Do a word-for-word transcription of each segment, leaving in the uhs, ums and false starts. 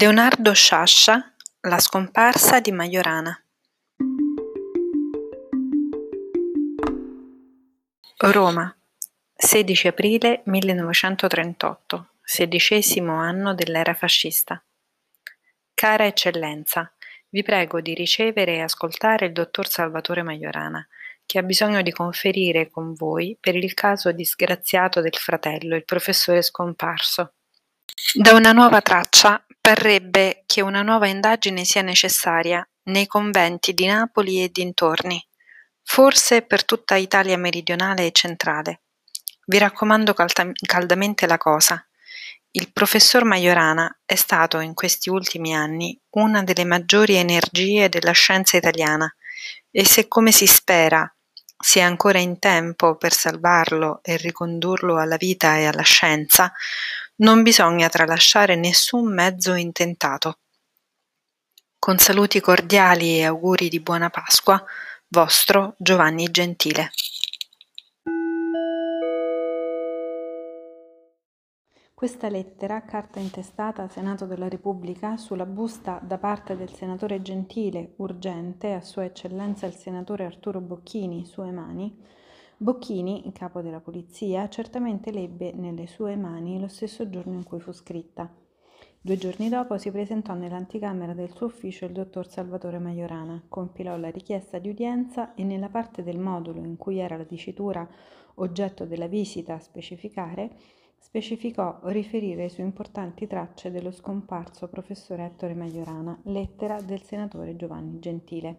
Leonardo Sciascia, la scomparsa di Majorana. Roma, sedici aprile millenovecentotrentotto, sedicesimo anno dell'era fascista. Cara Eccellenza, vi prego di ricevere e ascoltare il dottor Salvatore Majorana, che ha bisogno di conferire con voi per il caso disgraziato del fratello, il professore scomparso. Da una nuova traccia parrebbe che una nuova indagine sia necessaria nei conventi di Napoli e dintorni, forse per tutta Italia meridionale e centrale. Vi raccomando calta- caldamente la cosa. Il professor Majorana è stato in questi ultimi anni una delle maggiori energie della scienza italiana e se, come si spera, si è ancora in tempo per salvarlo e ricondurlo alla vita e alla scienza, non bisogna tralasciare nessun mezzo intentato. Con saluti cordiali e auguri di buona Pasqua, vostro Giovanni Gentile. Questa lettera, carta intestata Senato della Repubblica, sulla busta da parte del senatore Gentile, urgente, a Sua Eccellenza il senatore Arturo Bocchini, sue mani. Bocchini, capo della polizia, certamente l'ebbe nelle sue mani lo stesso giorno in cui fu scritta. Due giorni dopo si presentò nell'anticamera del suo ufficio il dottor Salvatore Majorana, compilò la richiesta di udienza e nella parte del modulo in cui era la dicitura oggetto della visita a specificare, specificò riferire su importanti tracce dello scomparso professore Ettore Majorana, lettera del senatore Giovanni Gentile.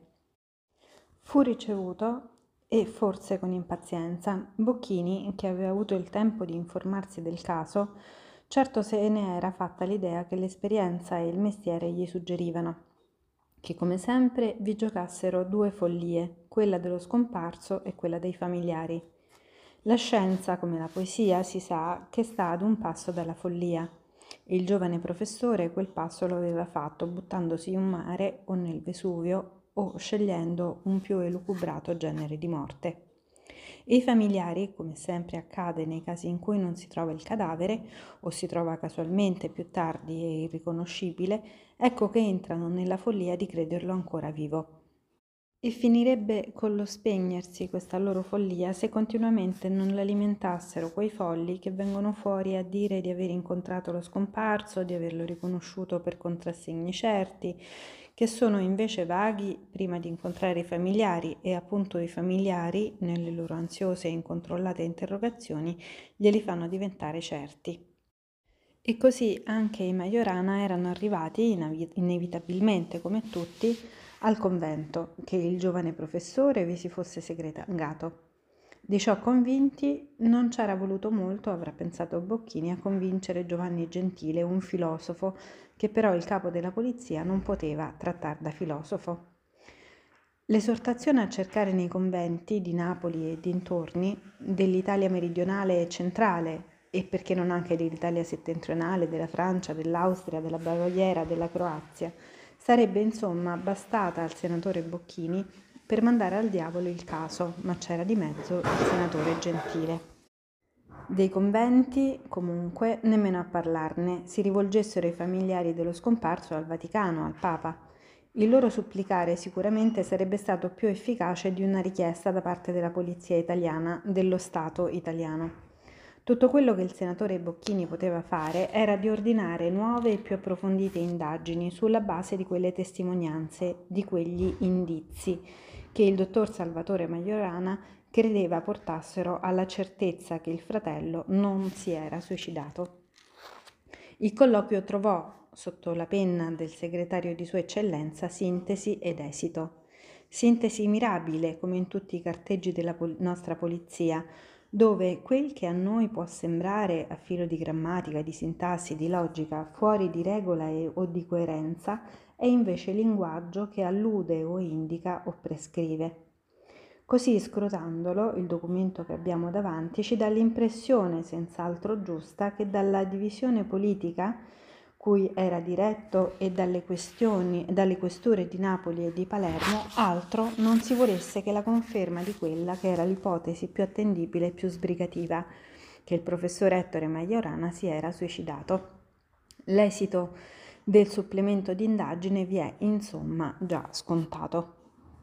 Fu ricevuto e, forse con impazienza, Bocchini, che aveva avuto il tempo di informarsi del caso, certo se ne era fatta l'idea che l'esperienza e il mestiere gli suggerivano, che come sempre vi giocassero due follie, quella dello scomparso e quella dei familiari. La scienza, come la poesia, si sa che sta ad un passo dalla follia. Il giovane professore quel passo lo aveva fatto buttandosi in mare o nel Vesuvio o scegliendo un più elucubrato genere di morte. E i familiari, come sempre accade nei casi in cui non si trova il cadavere o si trova casualmente più tardi e irriconoscibile, ecco che entrano nella follia di crederlo ancora vivo. E finirebbe con lo spegnersi questa loro follia se continuamente non l'alimentassero quei folli che vengono fuori a dire di aver incontrato lo scomparso, di averlo riconosciuto per contrassegni certi, che sono invece vaghi prima di incontrare i familiari e appunto i familiari, nelle loro ansiose e incontrollate interrogazioni, glieli fanno diventare certi. E così anche i Majorana erano arrivati inevitabilmente, come tutti, al convento, che il giovane professore vi si fosse segretato. Di ciò convinti, non c'era voluto molto, avrà pensato Bocchini, a convincere Giovanni Gentile, un filosofo, che però il capo della polizia non poteva trattare da filosofo. L'esortazione a cercare nei conventi di Napoli e dintorni, dell'Italia meridionale e centrale, e perché non anche dell'Italia settentrionale, della Francia, dell'Austria, della Baviera, della Croazia, sarebbe insomma bastata al senatore Bocchini per mandare al diavolo il caso, ma c'era di mezzo il senatore Gentile. Dei conventi, comunque, nemmeno a parlarne, si rivolgessero i familiari dello scomparso al Vaticano, al Papa. Il loro supplicare sicuramente sarebbe stato più efficace di una richiesta da parte della polizia italiana, dello Stato italiano. Tutto quello che il senatore Bocchini poteva fare era di ordinare nuove e più approfondite indagini sulla base di quelle testimonianze, di quegli indizi che il dottor Salvatore Majorana credeva portassero alla certezza che il fratello non si era suicidato. Il colloquio trovò, sotto la penna del segretario di Sua Eccellenza, sintesi ed esito. Sintesi mirabile, come in tutti i carteggi della pol- nostra polizia, dove quel che a noi può sembrare a filo di grammatica, di sintassi, di logica, fuori di regola e, o di coerenza, è invece linguaggio che allude o indica o prescrive. Così, scrutandolo, il documento che abbiamo davanti ci dà l'impressione, senz'altro giusta, che dalla divisione politica cui era diretto e dalle questioni, dalle questure di Napoli e di Palermo, altro non si volesse che la conferma di quella che era l'ipotesi più attendibile e più sbrigativa, che il professor Ettore Majorana si era suicidato. L'esito del supplemento d'indagine vi è insomma già scontato.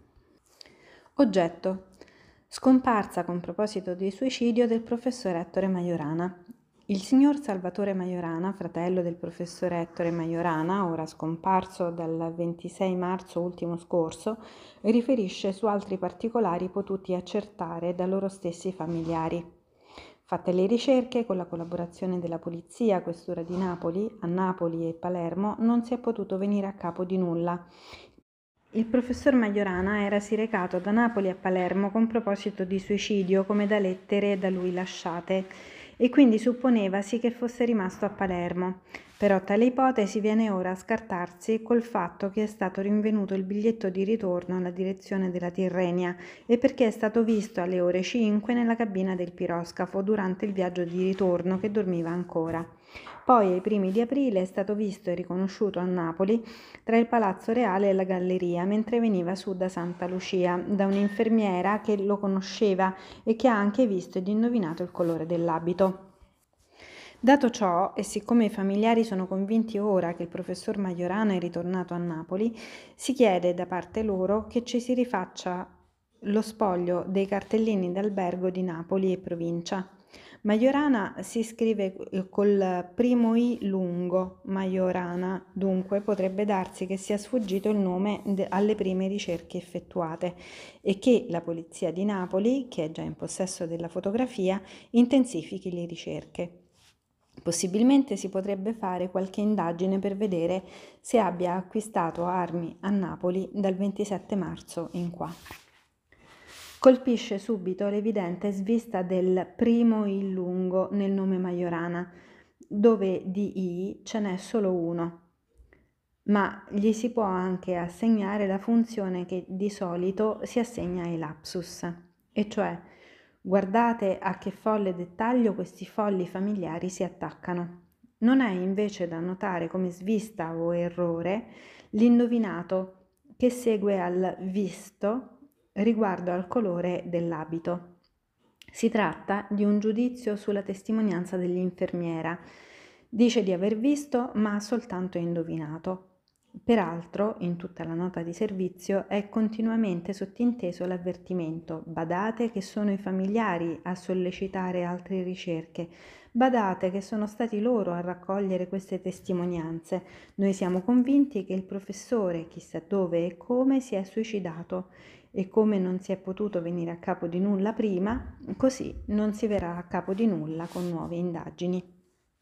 Oggetto: scomparsa con proposito di suicidio del professor Ettore Majorana. Il signor Salvatore Majorana, fratello del professor Ettore Majorana, ora scomparso dal ventisei marzo ultimo scorso, riferisce su altri particolari potuti accertare da loro stessi familiari. Fatte le ricerche, con la collaborazione della polizia, questura di Napoli, a Napoli e Palermo, non si è potuto venire a capo di nulla. Il professor Majorana erasi recato da Napoli a Palermo con proposito di suicidio, come da lettere da lui lasciate, e quindi supponevasi che fosse rimasto a Palermo. Però tale ipotesi viene ora a scartarsi col fatto che è stato rinvenuto il biglietto di ritorno alla direzione della Tirrenia e perché è stato visto alle ore cinque nella cabina del piroscafo durante il viaggio di ritorno, che dormiva ancora. Poi ai primi di aprile è stato visto e riconosciuto a Napoli tra il Palazzo Reale e la Galleria mentre veniva su da Santa Lucia da un'infermiera che lo conosceva e che ha anche visto ed indovinato il colore dell'abito. Dato ciò, e siccome i familiari sono convinti ora che il professor Majorana è ritornato a Napoli, si chiede da parte loro che ci si rifaccia lo spoglio dei cartellini d'albergo di Napoli e provincia. Majorana si scrive col primo I lungo, Majorana, dunque potrebbe darsi che sia sfuggito il nome de- alle prime ricerche effettuate e che la polizia di Napoli, che è già in possesso della fotografia, intensifichi le ricerche. Possibilmente si potrebbe fare qualche indagine per vedere se abbia acquistato armi a Napoli dal ventisette marzo in qua. Colpisce subito l'evidente svista del primo I lungo nel nome Majorana, dove di I ce n'è solo uno, ma gli si può anche assegnare la funzione che di solito si assegna ai lapsus, e cioè guardate a che folle dettaglio questi folli familiari si attaccano. Non è invece da notare come svista o errore l'indovinato che segue al visto riguardo al colore dell'abito. Si tratta di un giudizio sulla testimonianza dell'infermiera. Dice di aver visto, ma ha soltanto indovinato. Peraltro, in tutta la nota di servizio è continuamente sottinteso l'avvertimento: badate che sono i familiari a sollecitare altre ricerche, badate che sono stati loro a raccogliere queste testimonianze. Noi siamo convinti che il professore, chissà dove e come, si è suicidato, e come non si è potuto venire a capo di nulla prima, così non si verrà a capo di nulla con nuove indagini.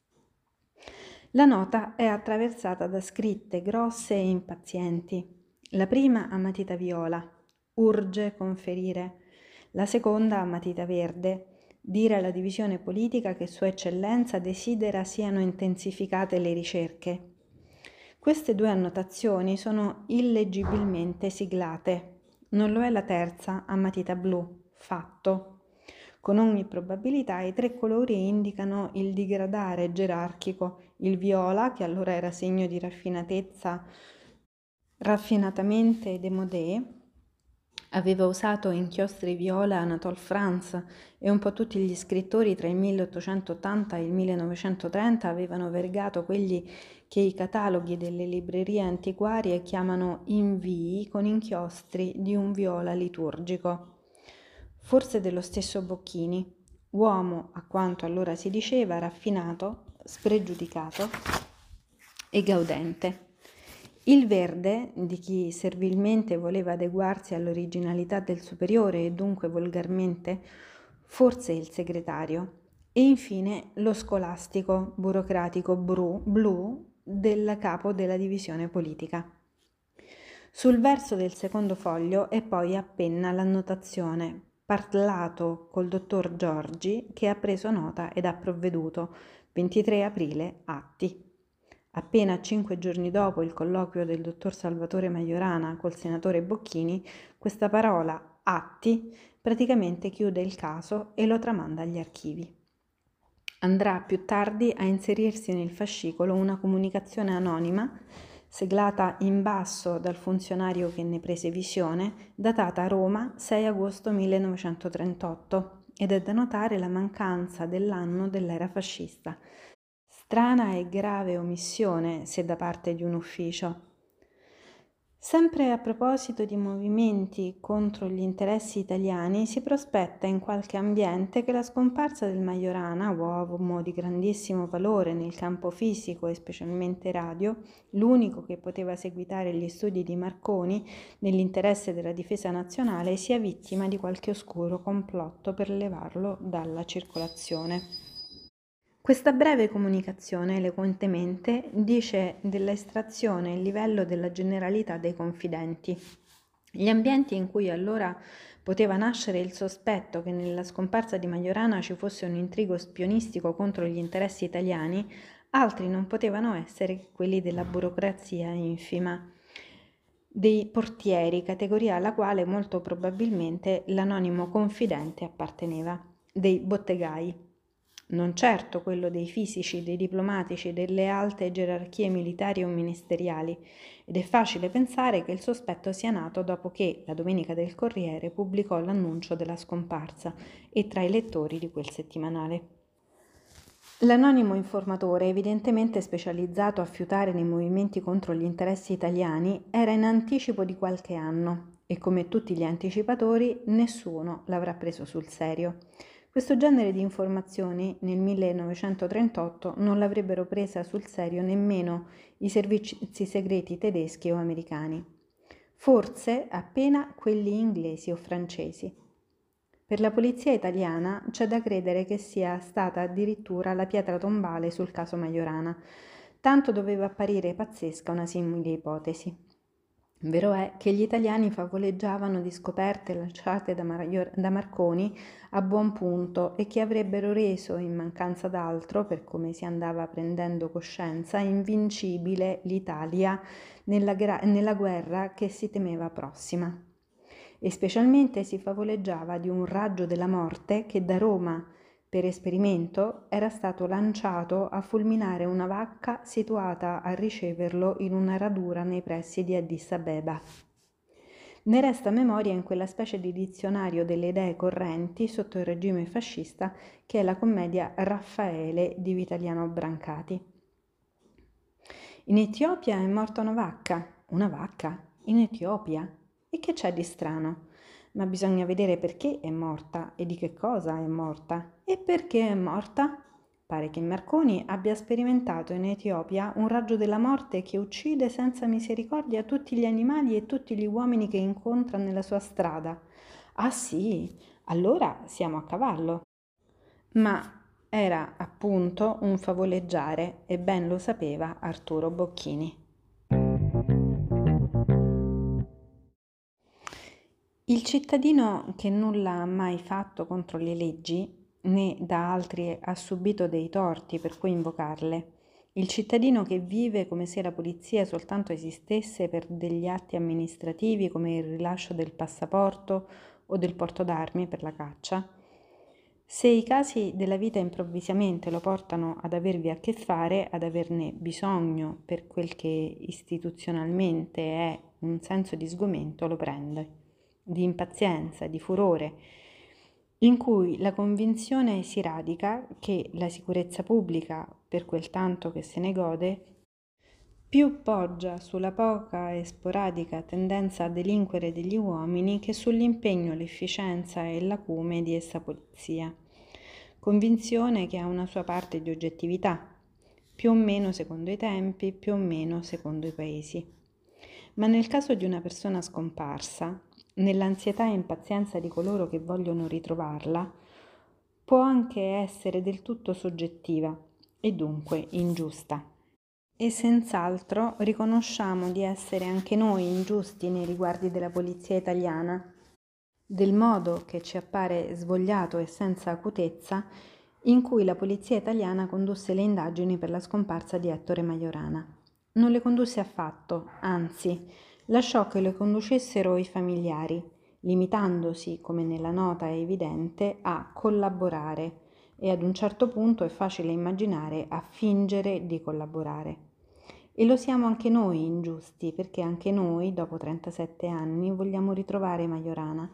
La nota è attraversata da scritte grosse e impazienti. La prima a matita viola: urge conferire. La seconda a matita verde: dire alla divisione politica che Sua Eccellenza desidera siano intensificate le ricerche. Queste due annotazioni sono illeggibilmente siglate. Non lo è la terza a matita blu: fatto. Con ogni probabilità i tre colori indicano il digradare gerarchico. Il viola, che allora era segno di raffinatezza, raffinatamente démodé, aveva usato inchiostri viola Anatole France e un po' tutti gli scrittori tra il milleottocentottanta e il millenovecentotrenta avevano vergato quelli che i cataloghi delle librerie antiquarie chiamano invii con inchiostri di un viola liturgico. Forse dello stesso Bocchini, uomo, a quanto allora si diceva, raffinato, spregiudicato e gaudente. Il verde, di chi servilmente voleva adeguarsi all'originalità del superiore e dunque volgarmente, forse il segretario, e infine lo scolastico, burocratico bru, blu del capo della divisione politica. Sul verso del secondo foglio è poi a penna l'annotazione: parlato col dottor Giorgi, che ha preso nota ed ha provveduto. ventitré aprile, atti. Appena cinque giorni dopo il colloquio del dottor Salvatore Majorana col senatore Bocchini, questa parola atti praticamente chiude il caso e lo tramanda agli archivi. Andrà più tardi a inserirsi nel fascicolo una comunicazione anonima seglata in basso dal funzionario che ne prese visione, datata a Roma sei agosto millenovecentotrentotto, ed è da notare la mancanza dell'anno dell'era fascista. Strana e grave omissione se da parte di un ufficio. Sempre a proposito di movimenti contro gli interessi italiani, si prospetta in qualche ambiente che la scomparsa del Majorana, uomo di grandissimo valore nel campo fisico e specialmente radio, l'unico che poteva seguitare gli studi di Marconi nell'interesse della difesa nazionale, sia vittima di qualche oscuro complotto per levarlo dalla circolazione. Questa breve comunicazione, eloquentemente, dice dell'estrazione e il livello della generalità dei confidenti. Gli ambienti in cui allora poteva nascere il sospetto che nella scomparsa di Majorana ci fosse un intrigo spionistico contro gli interessi italiani, altri non potevano essere che quelli della burocrazia infima, dei portieri, categoria alla quale molto probabilmente l'anonimo confidente apparteneva, dei bottegai. Non certo quello dei fisici, dei diplomatici, delle alte gerarchie militari o ministeriali, ed è facile pensare che il sospetto sia nato dopo che la Domenica del Corriere pubblicò l'annuncio della scomparsa e tra i lettori di quel settimanale. L'anonimo informatore, evidentemente specializzato a fiutare nei movimenti contro gli interessi italiani, era in anticipo di qualche anno e, come tutti gli anticipatori, nessuno l'avrà preso sul serio. Questo genere di informazioni nel millenovecentotrentotto non l'avrebbero presa sul serio nemmeno i servizi segreti tedeschi o americani, forse appena quelli inglesi o francesi. Per la polizia italiana c'è da credere che sia stata addirittura la pietra tombale sul caso Majorana, tanto doveva apparire pazzesca una simile ipotesi. Vero è che gli italiani favoleggiavano di scoperte lasciate da, Mar- da Marconi a buon punto e che avrebbero reso, in mancanza d'altro, per come si andava prendendo coscienza, invincibile l'Italia nella, gra- nella guerra che si temeva prossima. E specialmente si favoleggiava di un raggio della morte che da Roma, per esperimento, era stato lanciato a fulminare una vacca situata a riceverlo in una radura nei pressi di Addis Abeba. Ne resta memoria in quella specie di dizionario delle idee correnti sotto il regime fascista che è la commedia Raffaele di Vitaliano Brancati. In Etiopia è morta una vacca. Una vacca? In Etiopia? E che c'è di strano? Ma bisogna vedere perché è morta e di che cosa è morta. E perché è morta? Pare che Marconi abbia sperimentato in Etiopia un raggio della morte che uccide senza misericordia tutti gli animali e tutti gli uomini che incontra nella sua strada. Ah sì, allora siamo a cavallo. Ma era appunto un favoleggiare e ben lo sapeva Arturo Bocchini. Il cittadino che nulla ha mai fatto contro le leggi, né da altri ha subito dei torti per cui invocarle, il cittadino che vive come se la polizia soltanto esistesse per degli atti amministrativi come il rilascio del passaporto o del porto d'armi per la caccia, se i casi della vita improvvisamente lo portano ad avervi a che fare, ad averne bisogno per quel che istituzionalmente è un senso di sgomento, lo prende, di impazienza, di furore, in cui la convinzione si radica che la sicurezza pubblica, per quel tanto che se ne gode, più poggia sulla poca e sporadica tendenza a delinquere degli uomini che sull'impegno, l'efficienza e l'acume di essa polizia. Convinzione che ha una sua parte di oggettività, più o meno secondo i tempi, più o meno secondo i paesi. Ma nel caso di una persona scomparsa, nell'ansietà e impazienza di coloro che vogliono ritrovarla, può anche essere del tutto soggettiva e dunque ingiusta. E senz'altro riconosciamo di essere anche noi ingiusti nei riguardi della polizia italiana, del modo che ci appare svogliato e senza acutezza in cui la polizia italiana condusse le indagini per la scomparsa di Ettore Majorana. Non le condusse affatto, anzi, lasciò che le conducessero i familiari, limitandosi, come nella nota è evidente, a collaborare e ad un certo punto è facile immaginare a fingere di collaborare. E lo siamo anche noi ingiusti, perché anche noi, dopo trentasette anni, vogliamo ritrovare Majorana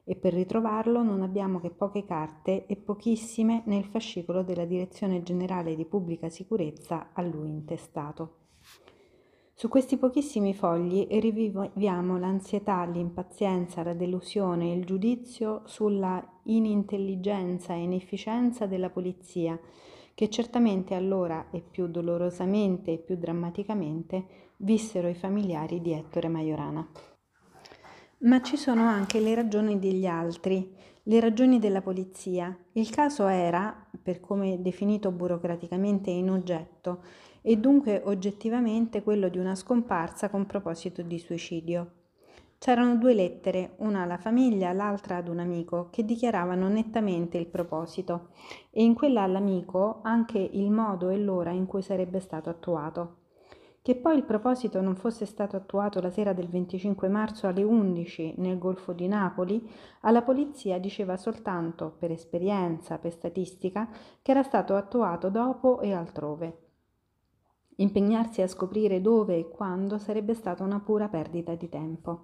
e per ritrovarlo non abbiamo che poche carte e pochissime nel fascicolo della Direzione Generale di Pubblica Sicurezza a lui intestato. Su questi pochissimi fogli riviviamo l'ansietà, l'impazienza, la delusione, il giudizio sulla inintelligenza e inefficienza della polizia, che certamente allora e più dolorosamente e più drammaticamente vissero i familiari di Ettore Majorana. Ma ci sono anche le ragioni degli altri, le ragioni della polizia. Il caso era, per come definito burocraticamente in oggetto, e dunque oggettivamente quello di una scomparsa con proposito di suicidio. C'erano due lettere, una alla famiglia, l'altra ad un amico, che dichiaravano nettamente il proposito, e in quella all'amico anche il modo e l'ora in cui sarebbe stato attuato. Che poi il proposito non fosse stato attuato la sera del venticinque marzo alle undici nel Golfo di Napoli, alla polizia diceva soltanto, per esperienza, per statistica, che era stato attuato dopo e altrove. Impegnarsi a scoprire dove e quando sarebbe stata una pura perdita di tempo.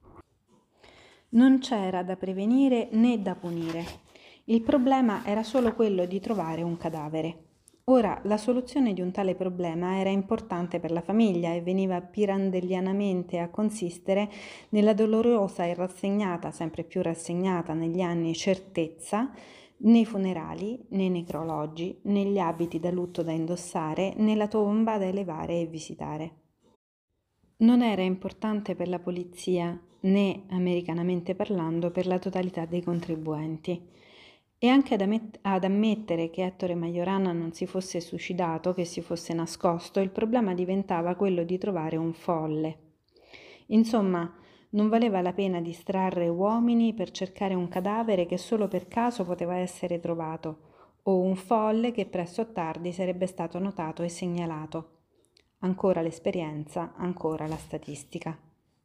Non c'era da prevenire né da punire. Il problema era solo quello di trovare un cadavere. Ora, la soluzione di un tale problema era importante per la famiglia e veniva pirandellianamente a consistere nella dolorosa e rassegnata, sempre più rassegnata negli anni, certezza nei funerali, nei necrologi, negli abiti da lutto da indossare, nella tomba da elevare e visitare. Non era importante per la polizia, né, americanamente parlando, per la totalità dei contribuenti. E anche ad, ammet- ad ammettere che Ettore Majorana non si fosse suicidato, che si fosse nascosto, il problema diventava quello di trovare un folle. Insomma, non valeva la pena distrarre uomini per cercare un cadavere che solo per caso poteva essere trovato, o un folle che presto o tardi sarebbe stato notato e segnalato. Ancora l'esperienza, ancora la statistica.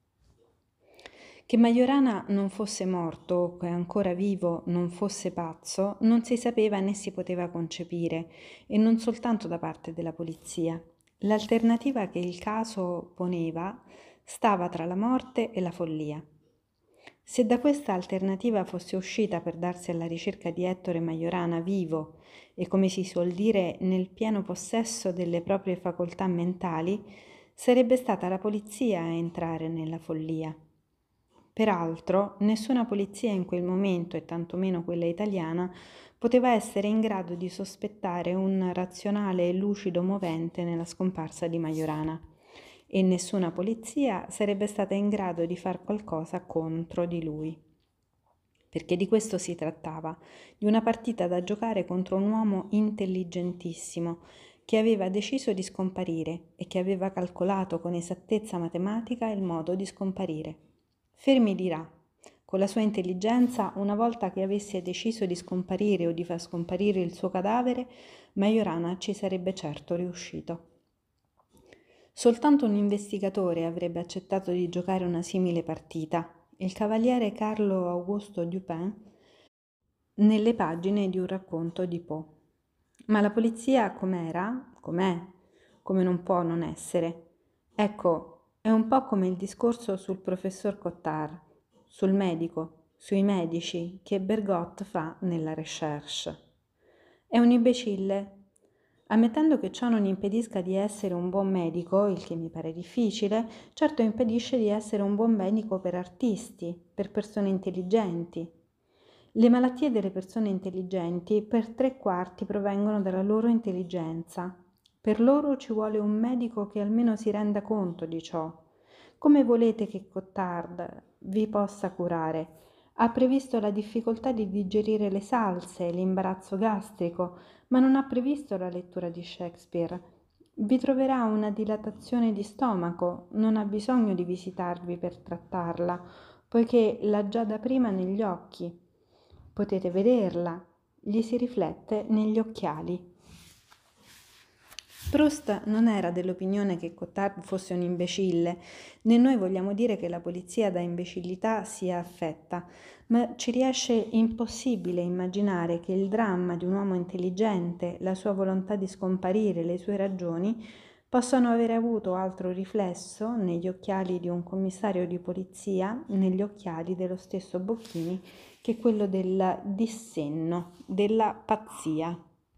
Che Majorana non fosse morto o che ancora vivo non fosse pazzo non si sapeva né si poteva concepire, e non soltanto da parte della polizia. L'alternativa che il caso poneva stava tra la morte e la follia. Se da questa alternativa fosse uscita per darsi alla ricerca di Ettore Majorana vivo e, come si suol dire, nel pieno possesso delle proprie facoltà mentali, sarebbe stata la polizia a entrare nella follia. Peraltro, nessuna polizia in quel momento, e tantomeno quella italiana, poteva essere in grado di sospettare un razionale e lucido movente nella scomparsa di Majorana, e nessuna polizia sarebbe stata in grado di far qualcosa contro di lui. Perché di questo si trattava, di una partita da giocare contro un uomo intelligentissimo, che aveva deciso di scomparire e che aveva calcolato con esattezza matematica il modo di scomparire. Fermi dirà, con la sua intelligenza, una volta che avesse deciso di scomparire o di far scomparire il suo cadavere, Majorana ci sarebbe certo riuscito. Soltanto un investigatore avrebbe accettato di giocare una simile partita, il cavaliere Carlo Augusto Dupin, nelle pagine di un racconto di Poe. Ma la polizia com'era? Com'è? Come non può non essere? Ecco, è un po' come il discorso sul professor Cottard, sul medico, sui medici che Bergotte fa nella Recherche. È un imbecille. Ammettendo che ciò non impedisca di essere un buon medico, il che mi pare difficile, certo impedisce di essere un buon medico per artisti, per persone intelligenti. Le malattie delle persone intelligenti per tre quarti provengono dalla loro intelligenza. Per loro ci vuole un medico che almeno si renda conto di ciò. Come volete che Cottard vi possa curare? Ha previsto la difficoltà di digerire le salse, l'imbarazzo gastrico, ma non ha previsto la lettura di Shakespeare. Vi troverà una dilatazione di stomaco, non ha bisogno di visitarvi per trattarla, poiché l'ha già da prima negli occhi. Potete vederla, gli si riflette negli occhiali. Proust non era dell'opinione che Cottard fosse un imbecille, né noi vogliamo dire che la polizia da imbecillità sia affetta, ma ci riesce impossibile immaginare che il dramma di un uomo intelligente, la sua volontà di scomparire, le sue ragioni, possono avere avuto altro riflesso negli occhiali di un commissario di polizia, negli occhiali dello stesso Bocchini, che quello del dissenno, della pazzia.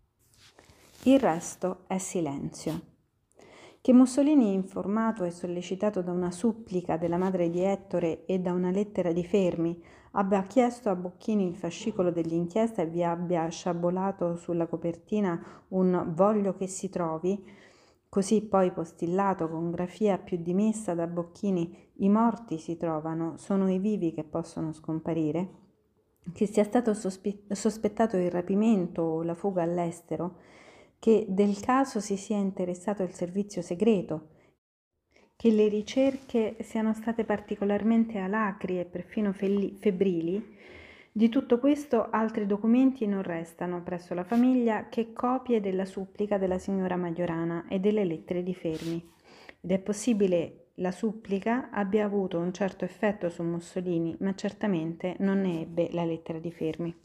Il resto è silenzio. Che Mussolini, informato e sollecitato da una supplica della madre di Ettore e da una lettera di Fermi, abbia chiesto a Bocchini il fascicolo dell'inchiesta e vi abbia sciabolato sulla copertina un "voglio che si trovi", così poi postillato con grafia più dimessa da Bocchini "i morti si trovano, sono i vivi che possono scomparire", che sia stato sospe- sospettato il rapimento o la fuga all'estero, che del caso si sia interessato il servizio segreto, che le ricerche siano state particolarmente alacri e perfino febbrili. Di tutto questo altri documenti non restano presso la famiglia che copie della supplica della signora Majorana e delle lettere di Fermi. Ed è possibile la supplica abbia avuto un certo effetto su Mussolini, ma certamente non ne ebbe la lettera di Fermi.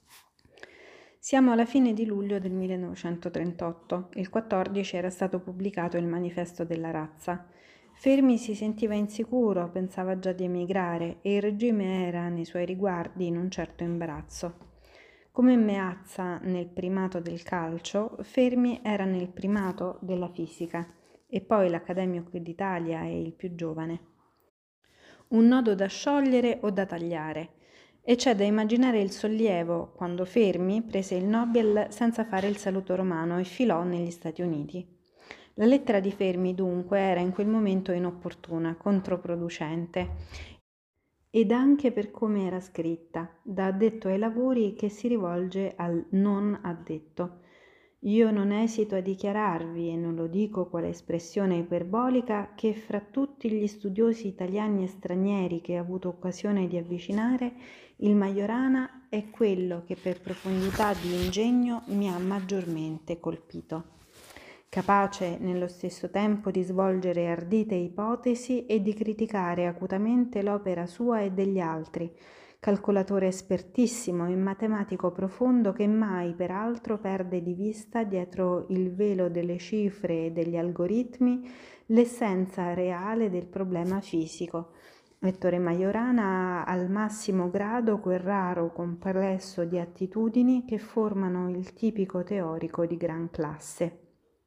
Siamo alla fine di luglio del millenovecentotrentotto. Il quattordici era stato pubblicato il Manifesto della razza. Fermi si sentiva insicuro, pensava già di emigrare e il regime era, nei suoi riguardi, in un certo imbarazzo. Come Meazza nel primato del calcio, Fermi era nel primato della fisica e poi l'Accademico d'Italia è il più giovane. Un nodo da sciogliere o da tagliare. E c'è da immaginare il sollievo quando Fermi prese il Nobel senza fare il saluto romano e filò negli Stati Uniti. La lettera di Fermi dunque era in quel momento inopportuna, controproducente, ed anche per come era scritta, da addetto ai lavori che si rivolge al non addetto. Io non esito a dichiararvi, e non lo dico quale espressione iperbolica, che fra tutti gli studiosi italiani e stranieri che ho avuto occasione di avvicinare, il Majorana è quello che per profondità di ingegno mi ha maggiormente colpito. Capace nello stesso tempo di svolgere ardite ipotesi e di criticare acutamente l'opera sua e degli altri, calcolatore espertissimo e matematico profondo che mai peraltro perde di vista dietro il velo delle cifre e degli algoritmi l'essenza reale del problema fisico. Ettore Majorana ha al massimo grado quel raro complesso di attitudini che formano il tipico teorico di gran classe.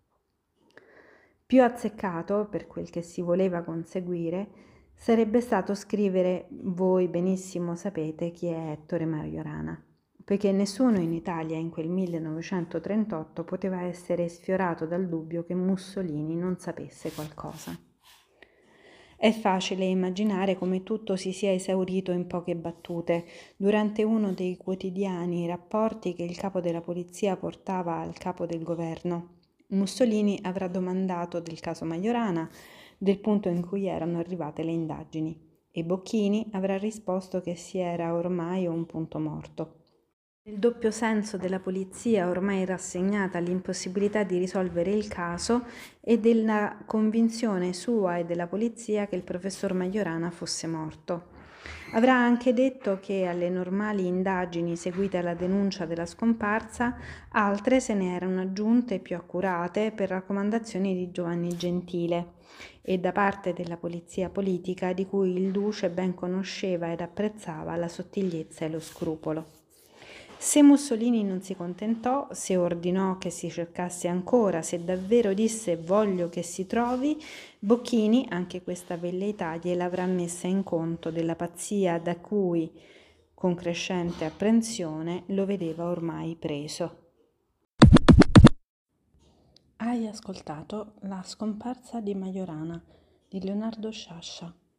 Più azzeccato, per quel che si voleva conseguire, sarebbe stato scrivere «Voi benissimo sapete chi è Ettore Majorana», poiché nessuno in Italia in quel millenovecentotrentotto poteva essere sfiorato dal dubbio che Mussolini non sapesse qualcosa. È facile immaginare come tutto si sia esaurito in poche battute durante uno dei quotidiani rapporti che il capo della polizia portava al capo del governo. Mussolini avrà domandato del caso Majorana, del punto in cui erano arrivate le indagini, e Bocchini avrà risposto che si era ormai a un punto morto. Il doppio senso della polizia ormai rassegnata all'impossibilità di risolvere il caso e della convinzione sua e della polizia che il professor Majorana fosse morto. Avrà anche detto che alle normali indagini seguite alla denuncia della scomparsa, altre se ne erano aggiunte più accurate per raccomandazioni di Giovanni Gentile e da parte della polizia politica di cui il duce ben conosceva ed apprezzava la sottigliezza e lo scrupolo. Se Mussolini non si contentò, se ordinò che si cercasse ancora, se davvero disse «voglio che si trovi», Bocchini, anche questa velleità, gliel'avrà messa in conto della pazzia da cui, con crescente apprensione, lo vedeva ormai preso. Hai ascoltato La scomparsa di Majorana di Leonardo Sciascia.